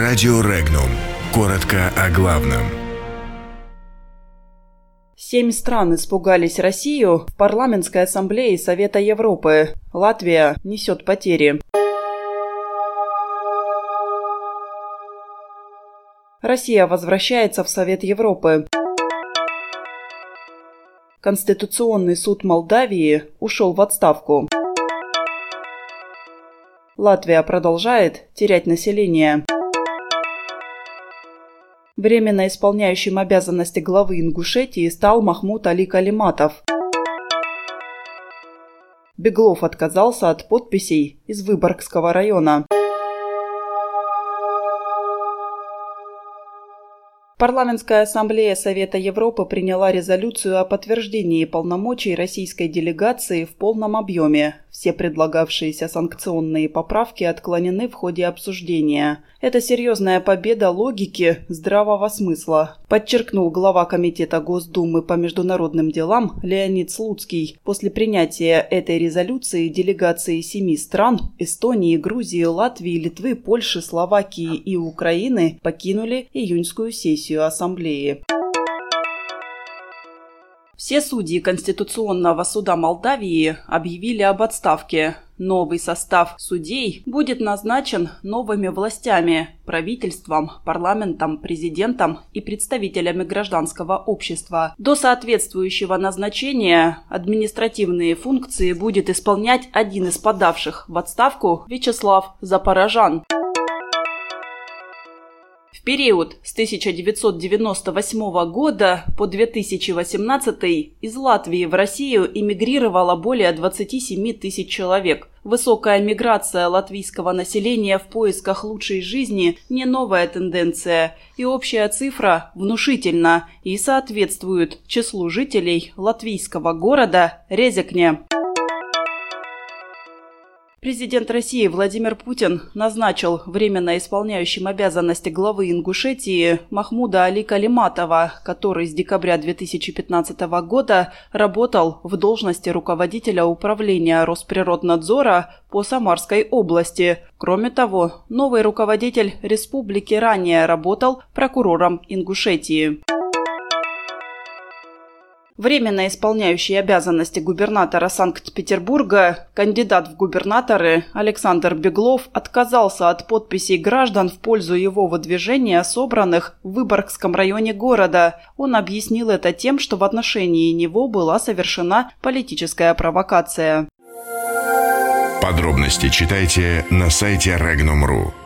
Радио Регнум. Коротко о главном. 7 стран испугались Россию в Парламентской ассамблее Совета Европы. Латвия несет потери. Россия возвращается в Совет Европы. Конституционный суд Молдавии ушел в отставку. Латвия продолжает терять население. Временно исполняющим обязанности главы Ингушетии стал Махмуд Али Калиматов. Беглов отказался от подписей из Выборгского района. Парламентская ассамблея Совета Европы приняла резолюцию о подтверждении полномочий российской делегации в полном объеме. Все предлагавшиеся санкционные поправки отклонены в ходе обсуждения. Это серьезная победа логики, здравого смысла, подчеркнул глава Комитета Госдумы по международным делам Леонид Слуцкий. После принятия этой резолюции делегации 7 стран – Эстонии, Грузии, Латвии, Литвы, Польши, Словакии и Украины – покинули июньскую сессию Ассамблеи. Все судьи Конституционного суда Молдавии объявили об отставке. Новый состав судей будет назначен новыми властями – правительством, парламентом, президентом и представителями гражданского общества. До соответствующего назначения административные функции будет исполнять один из подавших в отставку Вячеслав Запорожан. В период с 1998 года по 2018 из Латвии в Россию эмигрировало более 27 тысяч человек. Высокая миграция латвийского населения в поисках лучшей жизни – не новая тенденция, и общая цифра внушительна и соответствует числу жителей латвийского города Резекне. Президент России Владимир Путин назначил временно исполняющим обязанности главы Ингушетии Махмуда Али Калиматова, который с декабря 2015 года работал в должности руководителя управления Росприроднадзора по Самарской области. Кроме того, новый руководитель республики ранее работал прокурором Ингушетии. Временно исполняющий обязанности губернатора Санкт-Петербурга, кандидат в губернаторы Александр Беглов отказался от подписей граждан в пользу его выдвижения, собранных в Выборгском районе города. Он объяснил это тем, что в отношении него была совершена политическая провокация. Подробности читайте на сайте Regnum.ru.